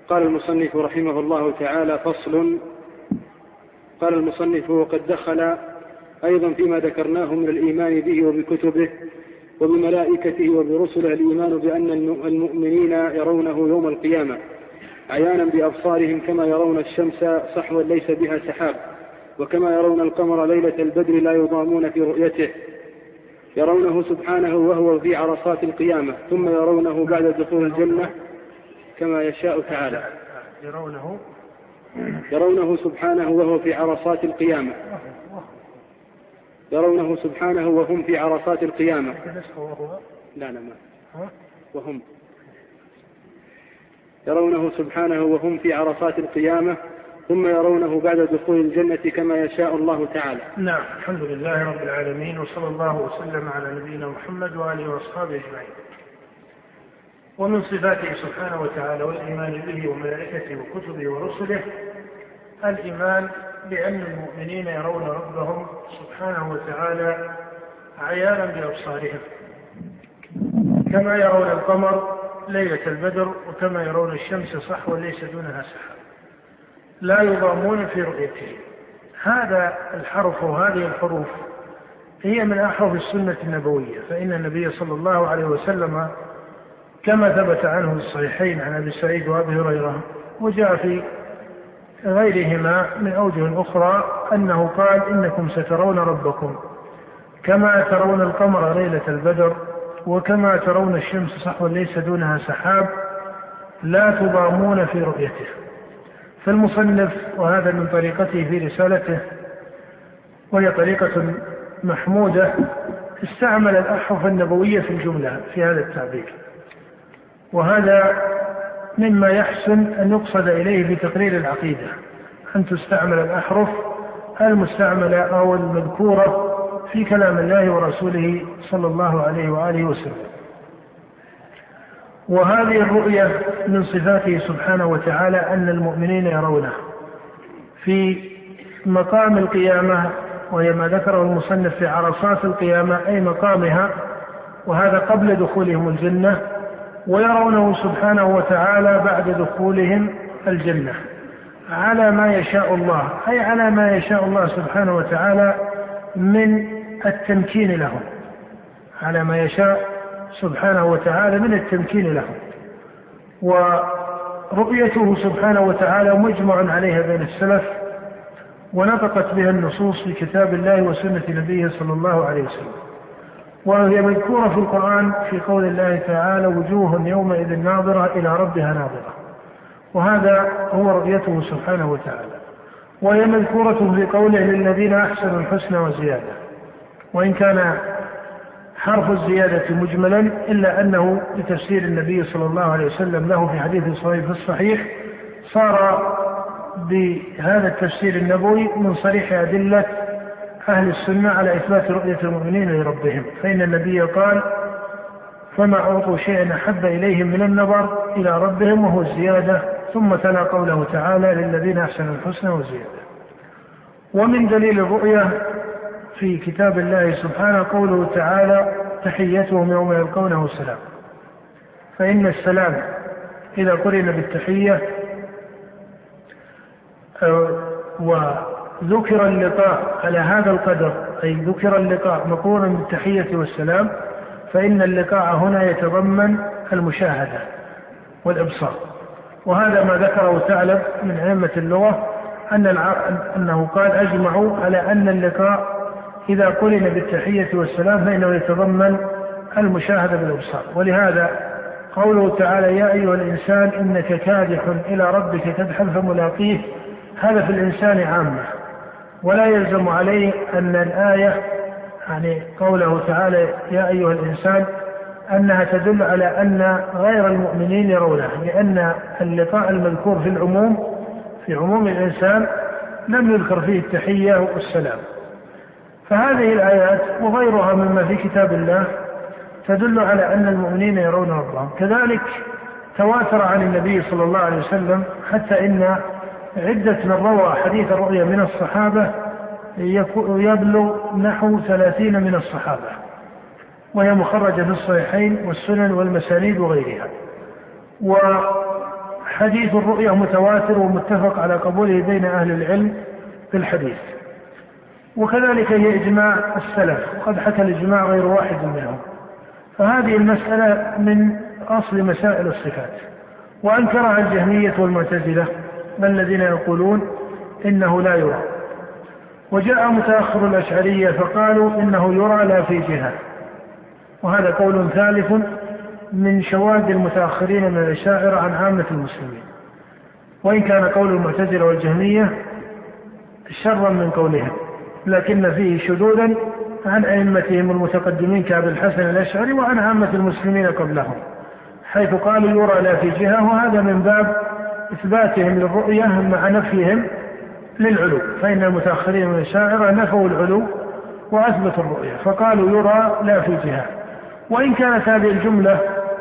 قال المصنف رحمه الله تعالى: فصل. قال المصنف: وقد دخل أيضا فيما ذكرناه من الإيمان به وبكتبه وبملائكته وبرسله الإيمان بأن المؤمنين يرونه يوم القيامة عيانا بأبصارهم كما يرون الشمس صحوا ليس بها سحاب، وكما يرون القمر ليلة البدر لا يضامون في رؤيته، يرونه سبحانه وهو في عرصات القيامة، ثم يرونه بعد دخول الجنة كما يشاء تعالى. يرونه سبحانه وهو في عرصات القيامة. يرونه سبحانه وهم في عرصات القيامة. لا ما وهم يرونه سبحانه وهم في عرصات القيامة، ثم يرونه بعد دخول الجنة كما يشاء الله تعالى. نعم. الحمد لله رب العالمين، وصلى الله وسلم على نبينا محمد وآله وأصحابه أجمعين. ومن صفاته سبحانه وتعالى والإيمان به وملائكته وكتبه ورسله الإيمان بأن المؤمنين يرون ربهم سبحانه وتعالى عيانا بأبصارهم كما يرون القمر ليلة البدر، وكما يرون الشمس صحوا ليس دونها سحاب، لا يضامون في رؤيته. هذا الحرف وهذه الحروف هي من أحرف السنة النبوية، فإن النبي صلى الله عليه وسلم كما ثبت عنه الصحيحين عن أبي سعيد وأبي هريرة وجاء في غيرهما من أوجه أخرى أنه قال: إنكم سترون ربكم كما ترون القمر ليلة البدر، وكما ترون الشمس صحوا ليس دونها سحاب، لا تضامون في رؤيته. فالمصنف، وهذا من طريقته في رسالته وهي طريقة محمودة، استعمل الأحرف النبوية في الجملة في هذا التعبير، وهذا مما يحسن أن يقصد إليه في تقرير العقيدة، أن تستعمل الأحرف المستعملة أو المذكورة في كلام الله ورسوله صلى الله عليه وآله وسلم. وهذه الرؤية من صفاته سبحانه وتعالى أن المؤمنين يرونه في مقام القيامة، وهي ما ذكره المصنف في عرصات القيامة أي مقامها، وهذا قبل دخولهم الجنة، ويرونه سبحانه وتعالى بعد دخولهم الجنة على ما يشاء الله، أي على ما يشاء الله سبحانه وتعالى من التمكين لهم، على ما يشاء سبحانه وتعالى من التمكين لهم. ورؤيته سبحانه وتعالى مجمع عليها بين السلف، ونطقت بها النصوص في كتاب الله وسنة نبيه صلى الله عليه وسلم، وهي مذكورة في القرآن في قول الله تعالى: وجوه يومئذ ناظرة إلى ربها ناظرة، وهذا هو رؤيته سبحانه وتعالى. وهي مذكورة في قوله: للذين أحسنوا الحسنى وزيادة، وإن كان حرف الزيادة مجملا إلا أنه لتفسير النبي صلى الله عليه وسلم له في حديث صحيح في الصحيح صار بهذا التفسير النبوي من صريح أدلة أهل السنة على إثبات رؤية المؤمنين لربهم، فإن النبي قال: فما أعطوا شيئا أحب إليهم من النظر إلى ربهم وهو الزيادة، ثم تلا قوله تعالى: للذين أحسنوا الحسنى وزيادة. ومن دليل الرؤية في كتاب الله سبحانه قوله تعالى: تحيتهم يوم يلقونه سلام، فإن السلام إذا قرن بالتحية وذكر اللقاء على هذا القدر، أي ذكر اللقاء مقرونا بالتحية والسلام، فإن اللقاء هنا يتضمن المشاهدة والإبصار. وهذا ما ذكره ثعلب من أئمة اللغة أنه قال: أجمعوا على أن اللقاء إذا قرن بالتحية والسلام فإنه يتضمن المشاهدة بالإبصار. ولهذا قوله تعالى: يا أيها الإنسان إنك كادح إلى ربك كدحا فملاقيه، هذا في الإنسان عامة، ولا يلزم عليه أن الآية يعني قوله تعالى يا أيها الإنسان أنها تدل على أن غير المؤمنين يرونه، لأن اللقاء المذكور في عموم الإنسان لم يذكر فيه التحية والسلام. فهذه الآيات وغيرها مما في كتاب الله تدل على أن المؤمنين يرون ربهم. كذلك تواتر عن النبي صلى الله عليه وسلم حتى إن عدة من روى حديث الرؤيا من الصحابة يبلغ نحو 30 من الصحابة، وهي مخرجة في الصحيحين والسنن والمسانيد وغيرها. حديث الرؤية متواتر ومتفق على قبوله بين أهل العلم في الحديث، وكذلك هي إجماع السلف، وقد حكى الإجماع غير واحد منهم. فهذه المسألة من أصل مسائل الصفات، وأنكرها الجهمية والمعتزلة الذين يقولون إنه لا يرى. وجاء متأخر الأشعرية فقالوا إنه يرى لا في جهة، وهذا قول ثالث من شواذ المتأخرين من الأشاعرة عن عامة المسلمين، وإن كان قول المعتزلة والجهمية شرا من قولهم، لكن فيه شذوذا عن أئمتهم المتقدمين كأبي الحسن الأشعري وعن عامة المسلمين قبلهم، حيث قالوا يرى لا في جهة، وهذا من باب إثباتهم للرؤية مع نفيهم للعلو، فإن المتأخرين من الأشاعرة نفوا العلو وأثبتوا الرؤية فقالوا يرى لا في جهة. وإن كانت هذه الجملة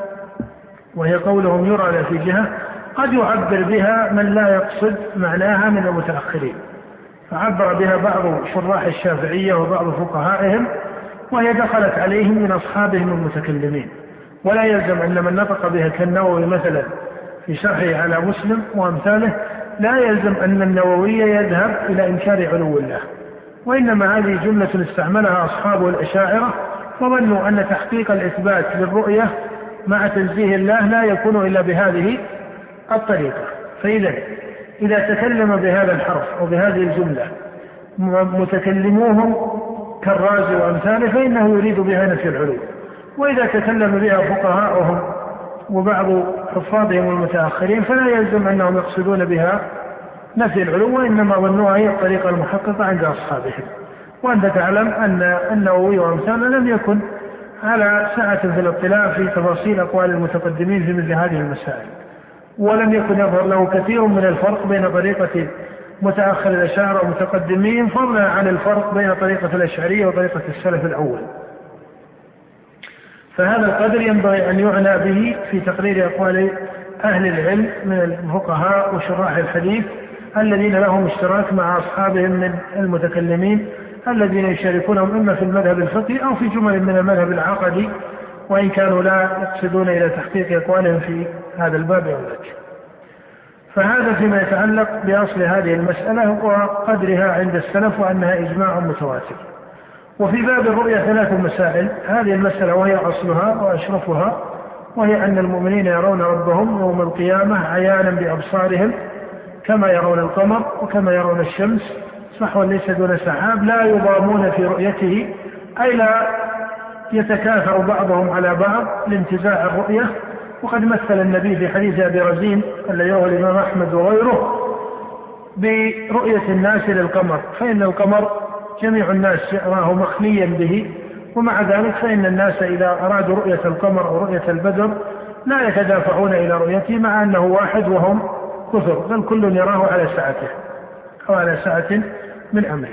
وهي قولهم يرى لا في جهة قد يعبر بها من لا يقصد معناها من المتأخرين، فعبر بها بعض شراح الشافعية وبعض فقهائهم، وهي دخلت عليهم من أصحابهم المتكلمين، ولا يلزم أن من نطق بها كالنووي مثلا في شرحه على مسلم وأمثاله لا يلزم أن النووي يذهب إلى إنكار علو الله، وإنما هذه جملة استعملها أصحاب الأشاعرة وظنوا أن تحقيق الإثبات للرؤية مع تنزيه الله لا يكون إلا بهذه الطريقة. فإذا إذا تكلم بهذا الحرف أو بهذه الجملة متكلموهم كالرازي وأمثاله فإنه يريد بها نفي العلو، وإذا تكلم بها فقهاؤهم وبعض حفاظهم المتأخرين فلا يلزم أنهم يقصدون بها نفي العلو، وإنما ظنوها هي الطريقة المحققة عند أصحابهم. وأنت تعلم أن النووي وأمثاله لم يكن على سعة في الاطلاع في تفاصيل أقوال المتقدمين في مثل هذه المسائل، ولم يكن يظهر له كثير من الفرق بين طريقة متأخر الأشاعرة ومتقدمين، فضلا عن الفرق بين طريقة الأشعرية وطريقة السلف الأول. فهذا القدر ينبغي أن يعنى به في تقرير أقوال أهل العلم من الفقهاء وشراح الحديث الذين لهم اشتراك مع أصحابهم من المتكلمين الذين يشاركونهم إما في المذهب الفقهي أو في جمل من المذهب العقدي، وإن كانوا لا يقصدون إلى تحقيق أقوالهم في هذا الباب أو ذاك. فهذا فيما يتعلق بأصل هذه المسألة وقدرها عند السلف وأنها إجماع متواتر. وفي باب الرؤية 3 مسائل، هذه المسألة وهي أصلها وأشرفها، وهي أن المؤمنين يرون ربهم يوم القيامة عيانا بأبصارهم كما يرون القمر وكما يرون الشمس صحوا ليس دون سحاب، لا يضامون في رؤيته، أي لا يتكاثر بعضهم على بعض لانتزاع الرؤية. وقد مثل النبي في حديث أبي رزين الذي رواه الإمام أحمد وغيره برؤية الناس للقمر، فإن القمر جميع الناس يراه مخليا به، ومع ذلك فإن الناس إذا أرادوا رؤية القمر أو رؤية البدر لا يتدافعون إلى رؤيته مع أنه واحد وهم كثر، بل كل يراه على ساعته أو على ساعة من أمره.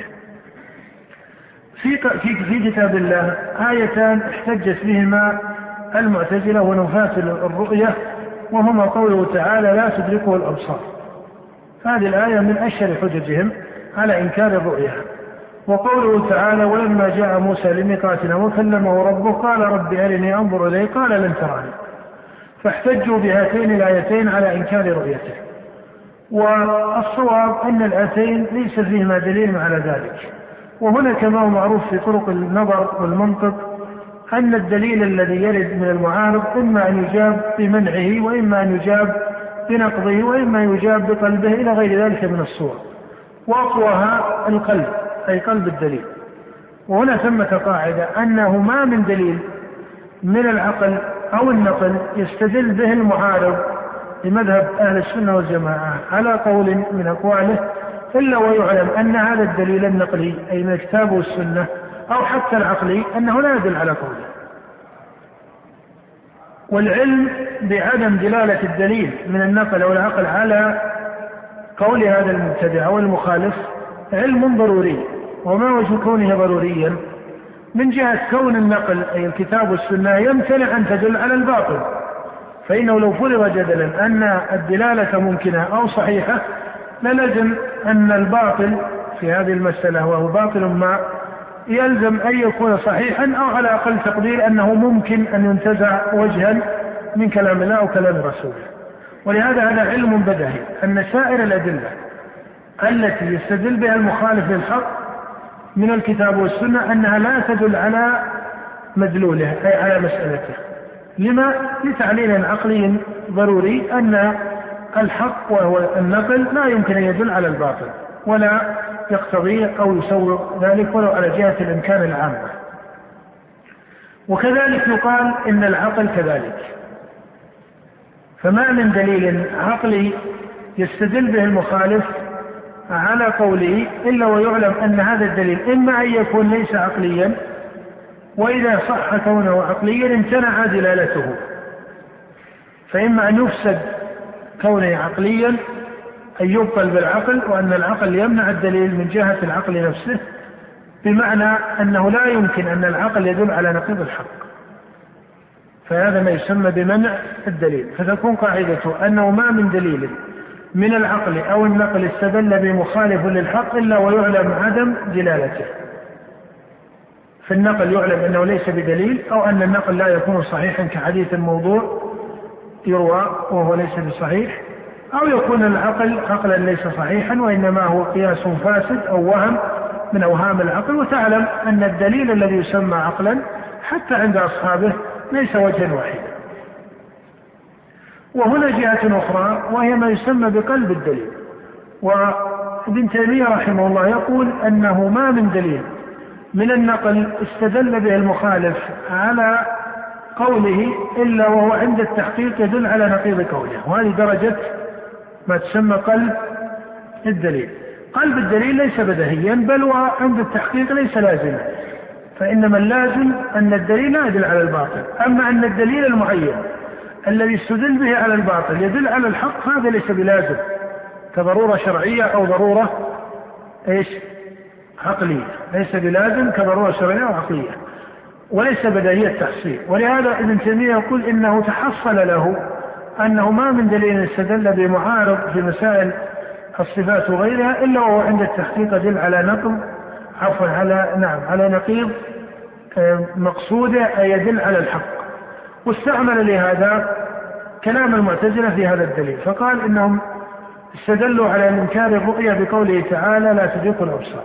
في كتاب الله آيتان احتجت بهما المعتزلة ونفاة الرؤية، وهما قوله تعالى لا تدركه الأبصار، هذه الآية من أشهر حججهم على إنكار الرؤية. وقوله تعالى ولما جاء موسى لميقاتنا وكلمه ربه قال رب أرني أنظر إليه قال لن تراني، فاحتجوا بهاتين الآيتين على إنكار رؤيته. والصواب أن الآيتين ليس فيهما دليل على ذلك، وهنا كما هو معروف في طرق النظر والمنطق أن الدليل الذي يرد من المعارض إما أن يجاب بمنعه وإما أن يجاب بنقضه وإما يجاب بقلبه إلى غير ذلك من الصور، وأقواها القلب أي قلب الدليل. وهنا ثمة قاعدة أنه ما من دليل من العقل أو النقل يستدل به المعارض لمذهب أهل السنة والجماعة على قول من أقواله إلا ويعلم أن هذا الدليل النقلي أي من الكتاب والسنة أو حتى العقلي أنه لا يدل على قوله. والعلم بعدم دلالة الدليل من النقل أو العقل على قول هذا المبتدع أو المخالف علم ضروري. وما وجه كونه ضروريا؟ من جهة كون النقل أي الكتاب والسنة يمتنع أن تدل على الباطل، فإنه لو فرض جدلا أن الدلالة ممكنة أو صحيحة للزم أن الباطل في هذه المسألة وهو باطل ما يلزم أن يكون صحيحا أو على أقل تقدير أنه ممكن أن ينتزع وجها من كلام الله أو كلام رسوله. ولهذا هذا علم بدهي أن سائر الأدلة التي يستدل بها المخالف للحق من الكتاب والسنة أنها لا تدل على مدلوله أي على مسألته. لما؟ لتعليل عقلي ضروري أن الحق وهو النقل لا يمكن أن يدل على الباطل ولا يقتضي أو يسوق ذلك ولو على جهة الإمكان العامة. وكذلك يقال إن العقل كذلك، فما من دليل عقلي يستدل به المخالف على قوله إلا ويعلم أن هذا الدليل إما أن يكون ليس عقليا، وإذا صح كونه عقليا امتنع دلالته، فإما أن يفسد كونه عقليا أن يبطل بالعقل، وأن العقل يمنع الدليل من جهة العقل نفسه، بمعنى أنه لا يمكن أن العقل يدل على نقيض الحق، فهذا ما يسمى بمنع الدليل. فتكون قاعدته أنه ما من دليل من العقل أو النقل استدل بمخالف للحق إلا ويعلم عدم دلالته. في النقل يعلم أنه ليس بدليل، أو أن النقل لا يكون صحيحا كحديث موضوع يروى وهو ليس بصحيح، أو يكون العقل عقلا ليس صحيحا وإنما هو قياس فاسد أو وهم من أوهام العقل. وتعلم أن الدليل الذي يسمى عقلا حتى عند أصحابه ليس وجها واحدا. وهنا جهة أخرى وهي ما يسمى بقلب الدليل. وابن تيمية رحمه الله يقول أنه ما من دليل من النقل استدل به المخالف على قوله إلا وهو عند التحقيق يدل على نقيض قوله، وهذه درجة ما تسمى قلب الدليل. قلب الدليل ليس بدهيا، بل وعند التحقيق ليس لازما، فإنما اللازم أن الدليل لا يدل على الباطل. أما أن الدليل المعين الذي استدل به على الباطل يدل على الحق هذا ليس بلازم كضرورة شرعية أو ضرورة عقلية، ليس بلازم كضرورة شرعية أو عقلية، وليس بديهية التحصيل. ولهذا ابن تيمية يقول إنه تحصل له أنه ما من دليل استدل بمعارض في مسائل الصفات وغيرها إلا وهو عند التحقيق يدل على نقض على نقيض مقصوده أي يدل على الحق. واستعمل لهذا كلام المعتزلة في هذا الدليل، فقال إنهم استدلوا على إنكار الرؤيا بقوله تعالى لا تدرك الأبصار.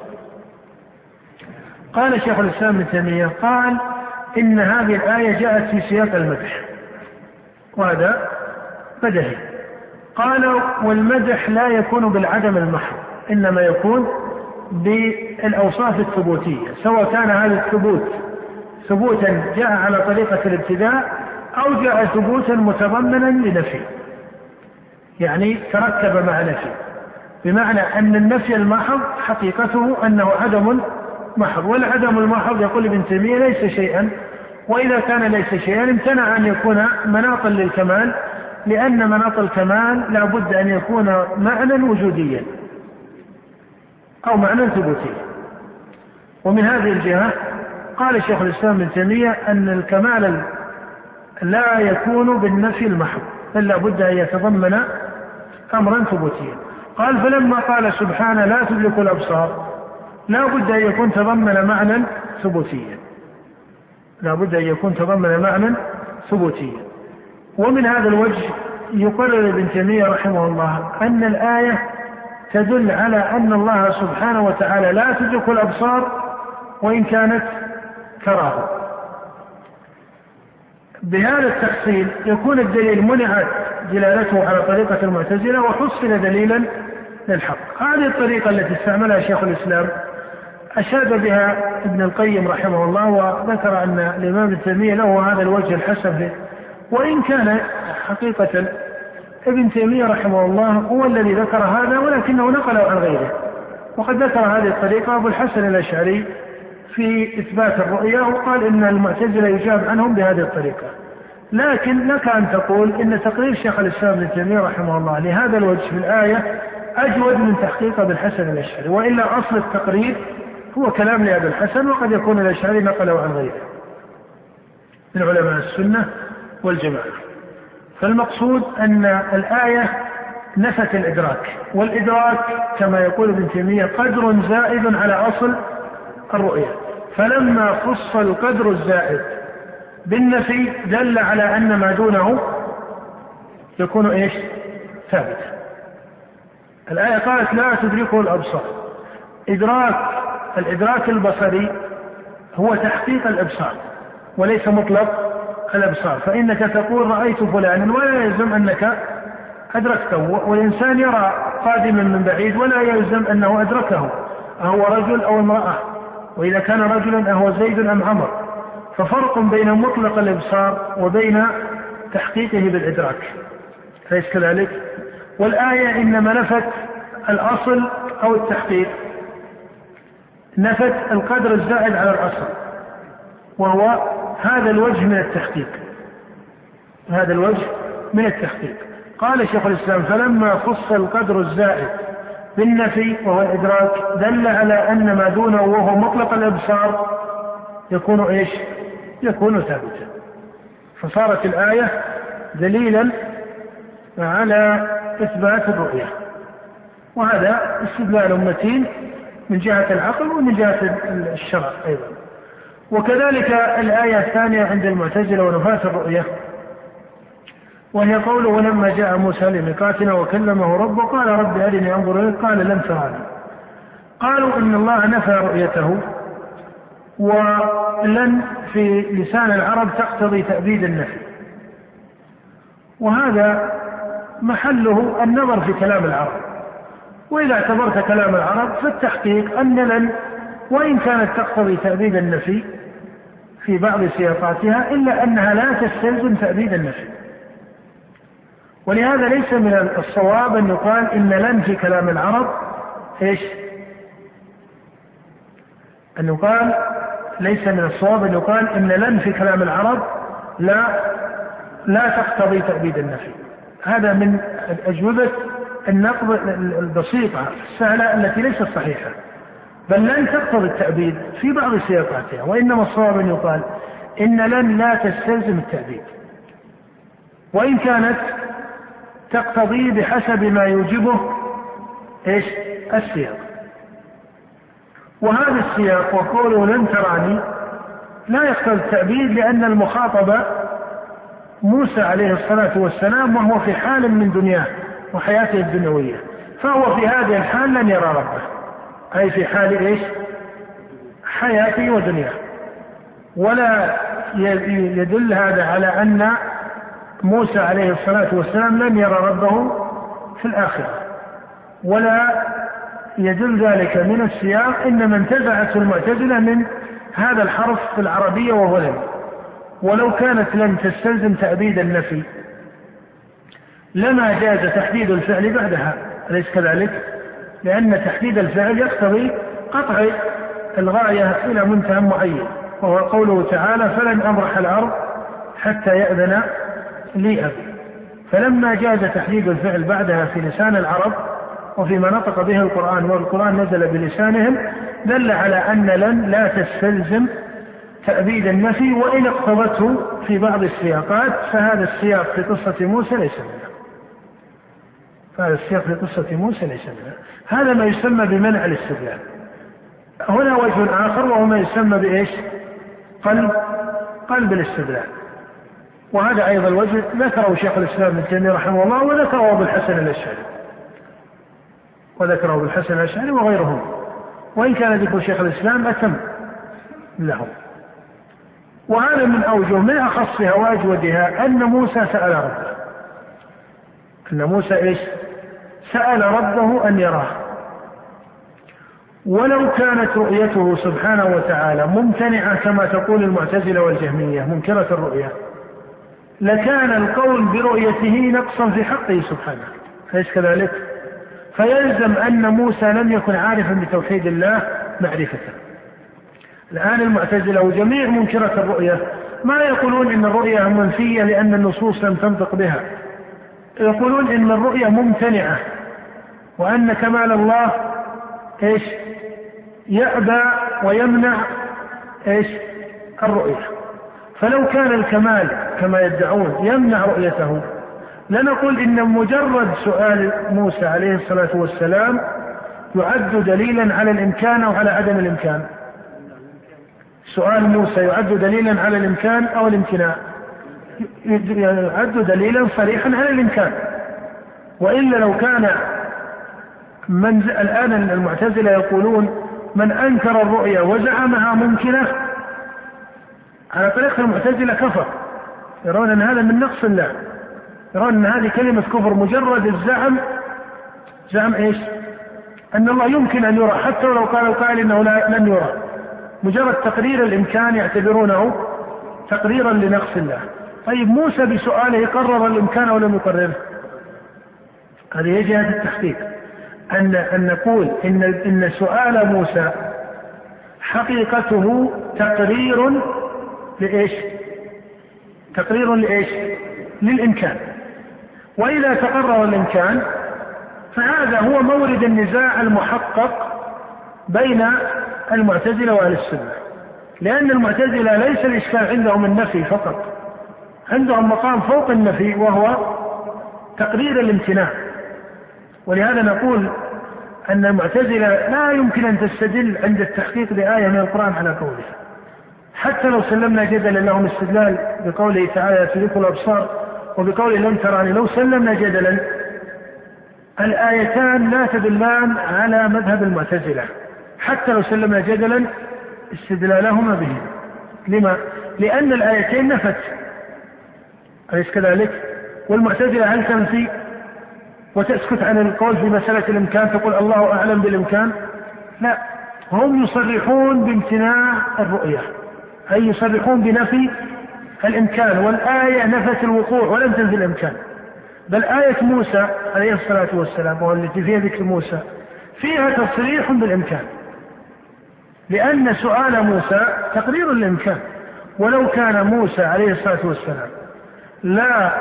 قال شيخ الإسلام ابن تيمية قال إن هذه الآية جاءت في سياق المدح، وهذا بدهي. قالوا والمدح لا يكون بالعدم المحض، إنما يكون بالأوصاف الثبوتية، سواء كان هذا الثبوت ثبوتا جاء على طريقة الابتداء أو جاء ثبوتا متضمنا لنفي، يعني تركب مع نفي، بمعنى أن النفي المحض حقيقته أنه عدم محض، والعدم المحض يقول ابن تيمية ليس شيئا، وإذا كان ليس شيئا امتنع أن يكون مناطا للكمال، لأن مناط الكمال لا بد أن يكون معنى وجوديا أو معنى ثبوتي. ومن هذه الجهة قال شيخ الإسلام ابن تيمية أن الكمال لا يكون بالنفي المحض، بل لا بد أن يتضمن أمرا ثبوتيا. قال فلما قال سبحانه لا تدرك الأبصار لا بد أن يكون تضمن معنى ثبوتيا، لا بد أن يكون تضمن معنى ثبوتيا. ومن هذا الوجه يقرر ابن تيمية رحمه الله أن الآية تدل على أن الله سبحانه وتعالى لا تدرك الأبصار وإن كانت تراه. بهذا التفصيل يكون الدليل منعت دلالته على طريقة المعتزلة وحصل دليلا للحق. هذه الطريقة التي استعملها شيخ الإسلام أشاد بها ابن القيم رحمه الله، وذكر أن الإمام ابن تيمية له هذا الوجه الحسن، وإن كان حقيقة ابن تيمية رحمه الله هو الذي ذكر هذا ولكنه نقله عن غيره. وقد ذكر هذه الطريقة أبو الحسن الأشعري في إثبات الرؤيا، وقال إن المعتزلة يجاب عنهم بهذه الطريقة. لكن لك أن تقول إن تقرير شيخ الإسلام ابن تيمية رحمه الله لهذا الوجه في الآية أجود من تحقيق أبي الحسن الأشعري، وإلا أصل التقرير هو كلام لأبي الحسن، وقد يكون الأشعري نقله عن غيره من علماء السنة والجماعة. فالمقصود أن الآية نفت الإدراك، والإدراك كما يقول ابن تيمية قدر زائد على أصل الرؤية، فلما خص القدر الزائد بالنفي دل على أن ما دونه يكون ثابتة. الآية قالت لا تدركه الأبصار. الإدراك البصري هو تحقيق الإبصار وليس مطلق الإبصار، فإنك تقول رأيت فلانا ولا يلزم أنك أدركته، والإنسان يرى قادما من بعيد ولا يلزم أنه أدركه أهو رجل أو امرأة، وإذا كان رجلا أهو زيد أم عمر. ففرق بين مطلق الإبصار وبين تحقيقه بالإدراك، أليس كذلك؟ والآية إنما نفت الأصل أو التحقيق، نفت القدر الزائد على الأصل، وهو هذا الوجه من التحقيق. هذا الوجه من التحقيق. قال شيخ الإسلام فلما خص القدر الزائد بالنفي وهو الإدراك دل على أن ما دونه وهو مطلق الإبصار يكون إيش؟ يكون ثابتا. فصارت الآية دليلا على إثبات الرؤية، وهذا استدلال متين من جهة العقل ومن جهة الشرع أيضا. وكذلك الآية الثانية عند المعتزلة ونفاة الرؤية، وهي قوله ولما جاء موسى لميقاتنا وكلمه ربه قال رب أرني أنظر إليك قال لن تراني. قالوا إن الله نفى رؤيته، ولن في لسان العرب تقتضي تأبيد النفي، وهذا محله النظر في كلام العرب. وإذا اعتبرت كلام العرب فالتحقيق أن لن وإن كانت تقتضي تأبيد النفي في بعض سياقاتها إلا أنها لا تستلزم تأبيد النفي. ولهذا ليس من الصواب أن يقال إن لن في كلام العرب إيش؟ أن يقال ليس من الصواب أن يقال إن لن في كلام العرب لا تقتضي تأبيد النفي. هذا من أجوبة النقض البسيطة السهلة التي ليست صحيحة، بل لن تقتضي التأبيد في بعض سياقاتها، وإنما الصواب أن يقال إن لن لا تستلزم التأبيد، وإن كانت تقتضي بحسب ما يوجبه إيش؟ السياق. وهذا السياق وقوله لن تراني لا يقتضي التأبيد، لأن المخاطب موسى عليه الصلاة والسلام وهو في حال من دنياه وحياته الدنيوية، فهو في هذه الحال لن يرى ربه، أي في حال إيش؟ حياته ودنياه. ولا يدل هذا على أن موسى عليه الصلاة والسلام لن يرى ربه في الآخرة، ولا يدل ذلك من السياق، إنما انتزعت المعتزلة من هذا الحرف في العربية وهو لن. ولو كانت لن تستلزم تأبيد النفي لما جاز تحديد الفعل بعدها، أليس كذلك؟ لأن تحديد الفعل يقتضي قطع الغاية إلى منتهى معين، وهو قوله تعالى فلن أبرح الأرض حتى يأذن لي أبي. فلما جاز تحديد الفعل بعدها في لسان العرب وفيما نطق به القرآن والقرآن نزل بلسانهم دل على أن لن لا تستلزم تأبيد النفي، وإن اقتضته في بعض السياقات، فهذا السياق في قصة موسى ليس منها. فهذا السياق في قصة موسى ليس منها. هذا ما يسمى بمنع الاستدلال. هنا وجه آخر وهو ما يسمى بإيش؟ قلب الاستدلال، وهذا أيضا الوجه ذكره شيخ الإسلام ابن تيمية رحمه الله، وذكره ابن الحسن الأشعري وغيرهم، وإن كان ذكر شيخ الإسلام أتم له. وهذا من أوجه من أخصها وأجودها أن موسى سأل ربه، أن موسى إيش؟ سأل ربه أن يراه. ولو كانت رؤيته سبحانه وتعالى ممتنعة كما تقول المعتزلة والجهمية منكرة الرؤية، لكان القول برؤيته نقصا في حقه سبحانه، أليس كذلك؟ فيلزم أن موسى لم يكن عارفا بتوحيد الله معرفة. الآن المعتزلة وجميع منكرة الرؤية ما يقولون إن الرؤية منفية لأن النصوص لم تنطق بها، يقولون إن الرؤية ممتنعة، وأن كمال الله إيش؟ يأبى ويمنع إيش؟ الرؤية. فلو كان الكمال كما يدعون يمنع رؤيته لنقول إن مجرد سؤال موسى عليه الصلاة والسلام يعد دليلا على الإمكان أو على عدم الإمكان. سؤال موسى يعد دليلا على الإمكان أو الامتناع؟ يعد دليلا صريحا على الإمكان، وإلا لو كان الآن المعتزلة يقولون من أنكر الرؤيا وزعمها ممكنة على طريقة المعتزلة كفر، يرون أن هذا من نقص الله، يرون أن هذه كلمة كفر، مجرد الزعم، زعم إيش؟ أن الله يمكن أن يرى حتى ولو قال القائل إنه لن يرى، مجرد تقرير الإمكان يعتبرونه تقريرا لنقص الله. طيب موسى بسؤاله قرر الإمكان أو لم يقرره؟ هذه هي جهة التحقيق، أن نقول إن سؤال موسى حقيقته تقرير لإيش؟ تقرير لإيش؟ للإمكان. وإذا تقرر الإمكان فهذا هو مورد النزاع المحقق بين المعتزلة وأهل السنة، لأن المعتزلة ليس الإشكال عندهم النفي فقط، عندهم مقام فوق النفي وهو تقرير الامتناع. ولهذا نقول أن المعتزلة لا يمكن أن تستدل عند التحقيق بآية من القرآن على قوله، حتى لو سلمنا جدلا لهم استدلال بقوله تعالى تدرك الأبصار وبقوله لم تراني، لو سلمنا جدلا الآيتان لا تدلان على مذهب المعتزلة، حتى لو سلمنا جدلا استدلالهما به. لما؟ لأن الآيتين نفت، أليس كذلك؟ والمعتزلة هل تنفي وتسكت عن القول في مسألة الإمكان، تقول الله أعلم بالإمكان؟ لا، هم يصرحون بامتناع الرؤية، أي يصرحون بنفي الإمكان، والآية نفت الوقوع ولم تنفي الإمكان. بل آية موسى عليه الصلاة والسلام والتي فيها ذكر موسى فيها تصريح بالإمكان، لأن سؤال موسى تقرير للإمكان. ولو كان موسى عليه الصلاة والسلام لا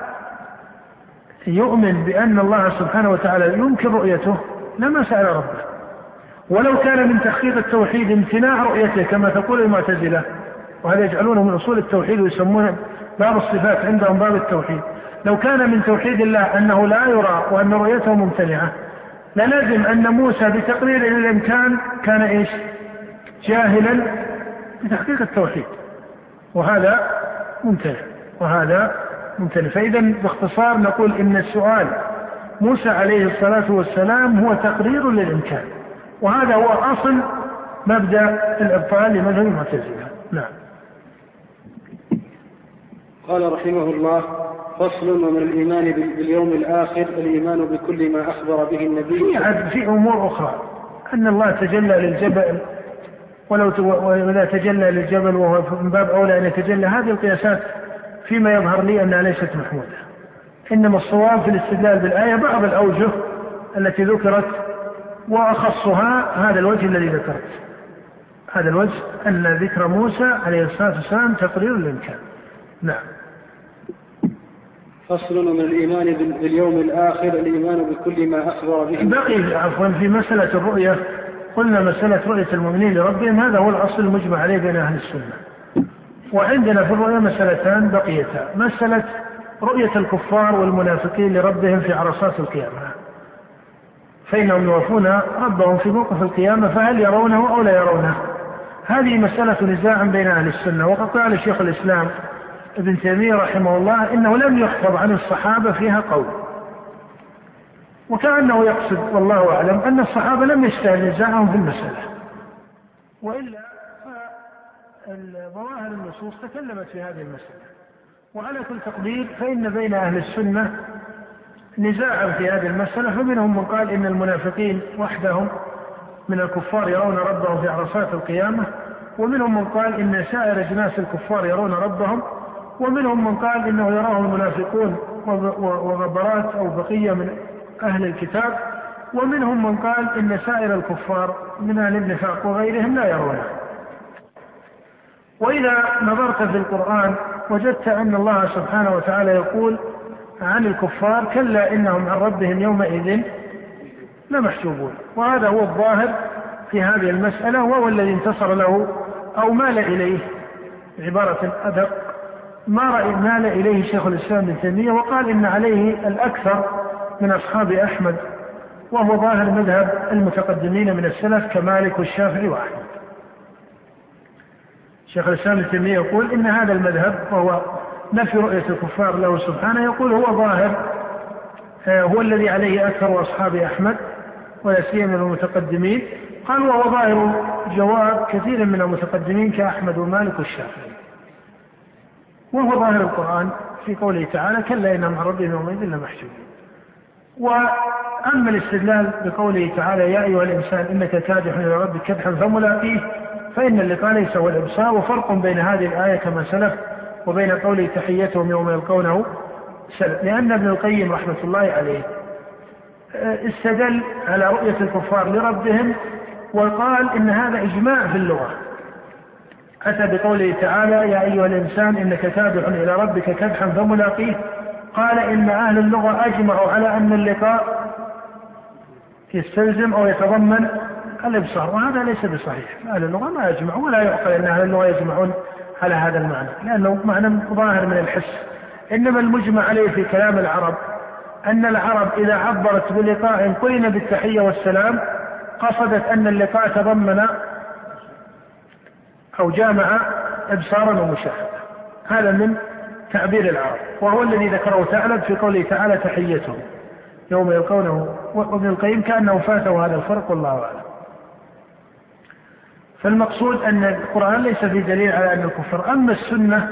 يؤمن بأن الله سبحانه وتعالى يمكن رؤيته لما سأل ربه. ولو كان من تحقيق التوحيد امتناع رؤيته كما تقول المعتزلة، وهذا يجعلونه من أصول التوحيد ويسمونه باب الصفات عندهم باب التوحيد، لو كان من توحيد الله أنه لا يرى وأن رؤيته ممتنعة للازم أن موسى بتقرير للإمكان كان إيش؟ جاهلا بتحقيق التوحيد، وهذا ممتنع وهذا ممتنع. فإذا باختصار نقول إن السؤال موسى عليه الصلاة والسلام هو تقرير للإمكان، وهذا هو أصل مبدأ الإبطال لمذهب المعتزلة. نعم. قال رحمه الله: فصل. ومن الإيمان باليوم الآخر الإيمان بكل ما أخبر به النبي. في أمور أخرى، أن الله تجلى للجبل، وإذا تجلى للجبل وهو من باب أولى أن يتجلى. هذه القياسات فيما يظهر لي أنها ليست محمودة، إنما الصواب في الاستدلال بالآية بعض الأوجه التي ذكرت، وأخصها هذا الوجه الذي ذكرت، هذا الوجه أن ذكر موسى عليه الصلاة والسلام تقرير للإمكان. نعم. فصل. ومن الإيمان باليوم الآخر الإيمان بكل ما أخبر به. بقي عفوا في مسألة الرؤية، قلنا مسألة رؤية المؤمنين لربهم هذا هو الأصل المجمع عليه بين أهل السنة. وعندنا في الرؤية مسألتان بقيتا: مسألة رؤية الكفار والمنافقين لربهم في عرصات القيامة، فإنهم يوافون ربهم في موقف القيامة، فهل يرونه أو لا يرونه؟ هذه مسألة نزاع بين أهل السنة. وقد قال شيخ الإسلام ابن تيمية رحمه الله إنه لم يحفظ عن الصحابة فيها قول، وكأنه يقصد والله أعلم أن الصحابة لم يشتهر نزاعهم في المسألة، وإلا فظواهر النصوص تكلمت في هذه المسألة. وعلى كل تقدير فإن بين أهل السنة نزاعا في هذه المسألة، فمنهم من قال إن المنافقين وحدهم من الكفار يرون ربهم في عرصات القيامة، ومنهم من قال إن سائر أجناس الكفار يرون ربهم، ومنهم من قال إنه يراهم المنافقون وغبرات أو بقية من أهل الكتاب، ومنهم من قال إن سائر الكفار من أهل النفاق وغيرهم لا يرونه. وإذا نظرت في القرآن وجدت أن الله سبحانه وتعالى يقول عن الكفار: كلا إنهم عن ربهم يومئذ لمحجوبون. وهذا هو الظاهر في هذه المسألة، وهو الذي انتصر له أو مال إليه، عبارة أدق، مال إليه شيخ الإسلام ابن تيمية، وقال إن عليه الأكثر من أصحاب أحمد، وهو ظاهر مذهب المتقدمين من السلف كمالك والشافعي وأحمد. شيخ الإسلام ابن تيمية يقول إن هذا المذهب وهو نفي رؤية الكفار له سبحانه، يقول هو ظاهر هو الذي عليه أكثر أصحاب أحمد ولا سيما المتقدمين. قال وهو ظاهر جواب كثير من المتقدمين كأحمد ومالك والشافعي، وهو ظاهر القرآن في قوله تعالى كلا إنهم عن ربهم يومئذ لمحجوبون. وأما الاستدلال بقوله تعالى يا أيها الإنسان إنك كادح إلى ربك كدحا فملاقيه، فإن اللقاء ليس هو الإبصار. وفرق بين هذه الآية كما سلف وبين قوله تحيتهم يوم يلقونه سلف، لأن ابن القيم رحمة الله عليه استدل على رؤية الكفار لربهم وقال إن هذا إجماع في اللغة. أتى بقوله تعالى يا أيها الإنسان إنك كادح إلى ربك كدحا فملاقيه، قال إن أهل اللغة أجمعوا على أن اللقاء يستلزم أو يتضمن الإبصار، وهذا ليس بصحيح. أهل اللغة ما يجمعون، ولا يعقل أن أهل اللغة يجمعون على هذا المعنى، لأنه معنى ظاهر من الحس. إنما المجمع عليه في كلام العرب أن العرب إذا عبرت بلقاء قرن بالتحية والسلام قصدت أن اللقاء تضمن أو جامع إبصارا ومشاهدة. هذا من تعبير العرب، وهو الذي ذكره ثعلب في قوله تعالى تحيتهم يوم يلقونه. وابن القيم كأنه فاته هذا الفرق والله أعلم. فالمقصود أن القرآن ليس في دليل على أن الكفر. أما السنة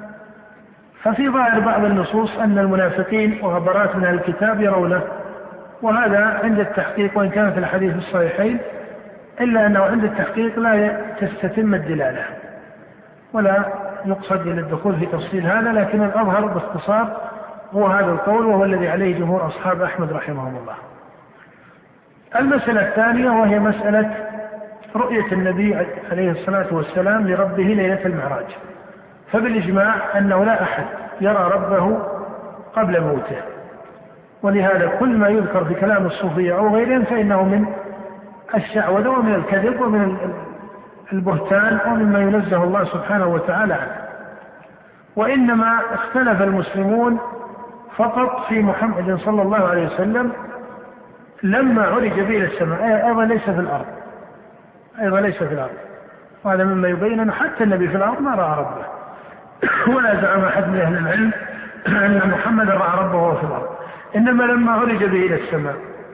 ففي ظاهر بعض النصوص أن المنافقين وغبرات من الكتاب يرونه، وهذا عند التحقيق وإن كان في الحديث الصحيحين إلا أنه عند التحقيق لا تستتم الدلالة ولا يقصد للدخول في تفصيل هذا، لكن الأظهر باختصار هو هذا القول، وهو الذي عليه جمهور أصحاب أحمد رحمهم الله. المسألة الثانية وهي مسألة رؤية النبي عليه الصلاة والسلام لربه ليلة المعراج. فبالإجماع أنه لا أحد يرى ربه قبل موته، ولهذا كل ما يذكر في كلام الصوفية أو غيرهم فإنه من الشعوذة ومن الكذب ومن البهتان ومما ينزه الله سبحانه وتعالى عنه. وإنما اختلف المسلمون فقط في محمد صلى الله عليه وسلم لما عرج به إلى السماء، أيضا ليس في الأرض، أيضا ليس في الأرض. وهذا مما يبين أن حتى النبي في الأرض ما رأى ربه، ولا زعم أحد من أهل العلم أن محمد رأى ربه وهو في الأرض. إنما لما عرج به إلى السماء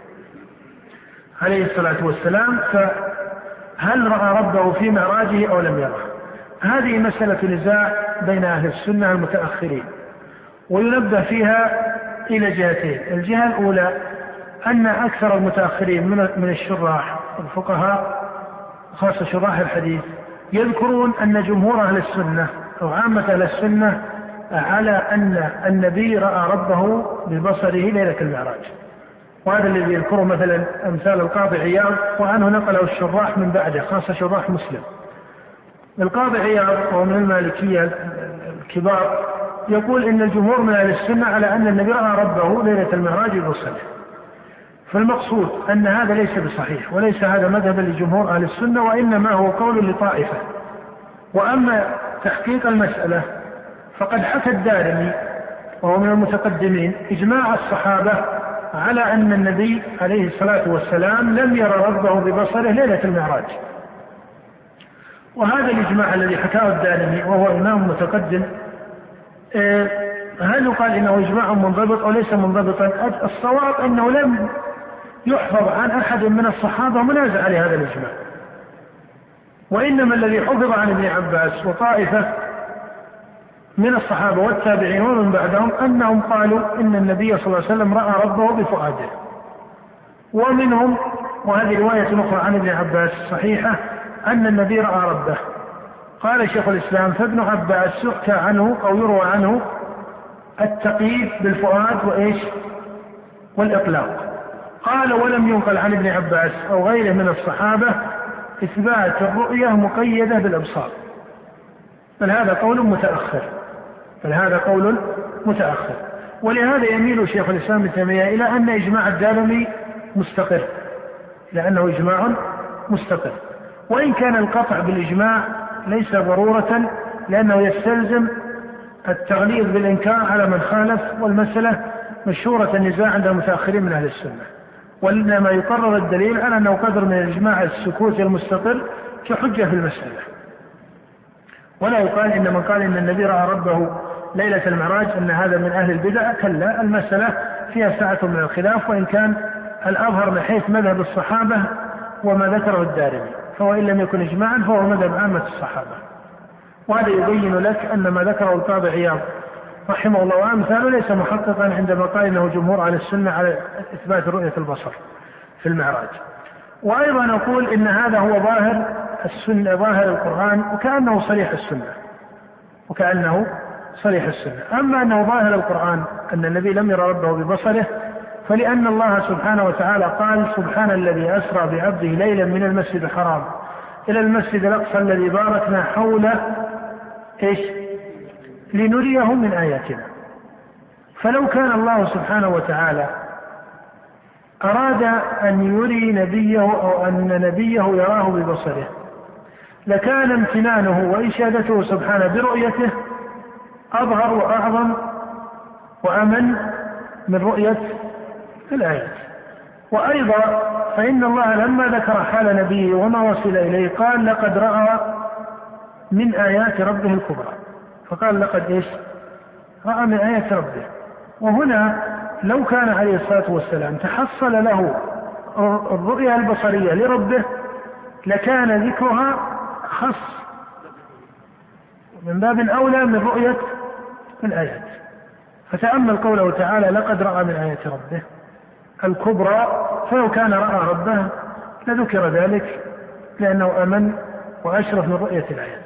عليه الصلاة والسلام فهل رأى ربه في معراجه أو لم يره؟ هذه مسألة نزاع بين أهل السنة المتأخرين، وينبه فيها إلى جهتين. الجهة الأولى أن أكثر المتأخرين من الشراح والفقهاء خاصة شراح الحديث يذكرون أن جمهور أهل السنة أو عامة أهل السنة على أن النبي رأى ربه ببصره ليلة المعراج، وهذا الذي يذكره مثلا أمثال القاضي عياض، وعنه نقله الشراح من بعده خاصة شراح مسلم. القاضي عياض وهو من المالكية الكبار يقول إن الجمهور من أهل السنة على أن النبي رأى ربه ليلة المعراج ببصره. فالمقصود أن هذا ليس بصحيح، وليس هذا مذهبا لجمهور أهل السنة، وإنما هو قول لطائفة. وأما تحقيق المسألة فقد حكى الدارمي وهو من المتقدمين إجماع الصحابة على أن النبي عليه الصلاة والسلام لم يرى ربه ببصره ليلة المعراج. وهذا الإجماع الذي حكاه الدارمي وهو إمام متقدم، هل يقال إنه إجماع منضبط أو ليس منضبطا؟ الصواب أنه لم يحفظ عن أحد من الصحابة منازع لهذا الإجماع، وإنما الذي حفظ عن ابن عباس وطائفة من الصحابة والتابعين ومن بعدهم أنهم قالوا إن النبي صلى الله عليه وسلم رأى ربه بفؤاده. ومنهم، وهذه رواية أخرى عن ابن عباس صحيحة، أن النبي رأى ربه. قال شيخ الإسلام فابن عباس يحكى عنه أو يروى عنه التقييد بالفؤاد وإيش والإطلاق. قال ولم ينقل عن ابن عباس أو غيره من الصحابة إثبات الرؤية مقيدة بالإبصار، بل هذا قول متأخر. ولهذا يميل شيخ الإسلام ابن تيمية إلى أن إجماع الدارمي مستقر، لأنه إجماع مستقر، وإن كان القطع بالإجماع ليس ضرورة، لأنه يستلزم التغليظ بالإنكار على من خالف، والمسألة مشهورة النزاع عند المتأخرين من أهل السنة. وإنما يقرر الدليل على أنه قدر من الإجماع السكوت المستقر كحجة في المسألة، ولا يقال إن من قال إن النبي رأى ربه ليلة المعراج أن هذا من أهل البدع. كلا، المسألة فيها ساعة من الخلاف، وإن كان الأظهر من حيث مذهب الصحابة وما ذكره الدارمي، فهو إن لم يكن إجماعا فهو مذهب عامة الصحابة. وهذا يبين لك أن ما ذكره القاضي عياض رحمه الله وأمثاله ليس محققا عندما قال إنه جمهور على السنة على إثبات رؤية البصر في المعراج. وأيضا نقول إن هذا هو ظاهر السنة، ظاهر القرآن، وكأنه صريح السنة. أما أنه ظاهر القرآن أن النبي لم يرى ربه ببصره، فلأن الله سبحانه وتعالى قال: سبحان الذي أسرى بعبده ليلا من المسجد الحرام إلى المسجد الأقصى الذي باركنا حوله لنريه من آياتنا. فلو كان الله سبحانه وتعالى أراد أن يري نبيه أو أن نبيه يراه ببصره، لكان امتنانه وإشادته سبحانه برؤيته أظهر وأعظم وأمن من رؤية الآيات. وأيضا فإن الله لما ذكر حال نبيه وما وصل إليه قال: لقد رأى من آيات ربه الكبرى، فقال لقد رأى من آيات ربه. وهنا لو كان عليه الصلاة والسلام تحصل له الرؤية البصرية لربه لكان ذكرها خص من باب أولى من رؤية الآيات. فتأمل قوله تعالى: لقد رأى من آيات ربه الكبرى، فلو كان رأى ربه لذكر ذلك لأنه أمن وأشرف من رؤية الآيات.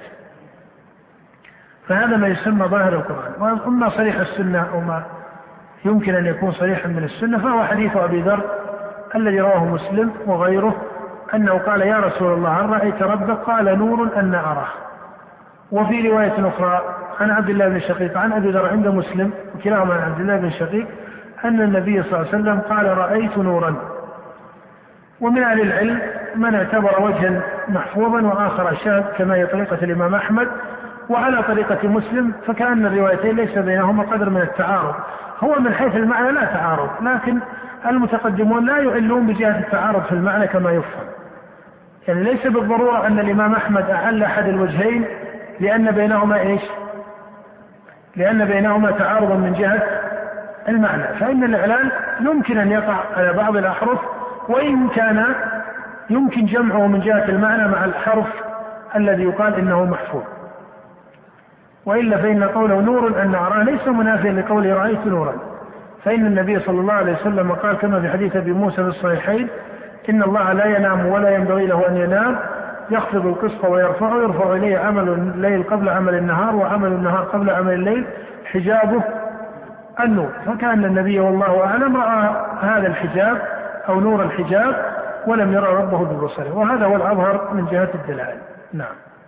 فهذا ما يسمى ظاهر القرآن. وأما صريح السنة أو ما يمكن أن يكون صريحا من السنة فهو حديث أبي ذر الذي رواه مسلم وغيره أنه قال: يا رسول الله هل رأيت ربك؟ قال: نور أن أراه. وفي رواية أخرى عن عبد الله بن شقيق عن أبي ذر عند مسلم وكلاهما عن عبد الله بن شقيق أن النبي صلى الله عليه وسلم قال: رأيت نورا. ومن أهل العلم من اعتبر وجها محفوظا وآخر شاذ كما هي طريقة الإمام أحمد، وعلى طريقة مسلم فكأن الروايتين ليس بينهما قدر من التعارض. هو من حيث المعنى لا تعارض، لكن المتقدمون لا يعلون بجهة التعارض في المعنى كما يفهم. يعني ليس بالضرورة أن الإمام أحمد أعل أحد الوجهين لأن بينهما تعارضا من جهة المعنى، فإن الإعلان يمكن أن يقع على بعض الأحرف، وإن كان يمكن جمعه من جهة المعنى مع الحرف الذي يقال إنه محفوظ. وإلا فإن قوله نور أن أراه ليس منافيا لقوله رأيت نورا، فإن النبي صلى الله عليه وسلم قال كما في حديث أبي موسى في الصحيحين: إن الله لا ينام ولا ينبغي له أن ينام، يخفض القسط ويرفعه، يرفع إليه عمل الليل قبل عمل النهار وعمل النهار قبل عمل الليل، حجابه النور. فكان النبي والله أعلم رأى هذا الحجاب أو نور الحجاب ولم يرى ربه ببصره، وهذا هو الأظهر من جهة الدلالة. نعم.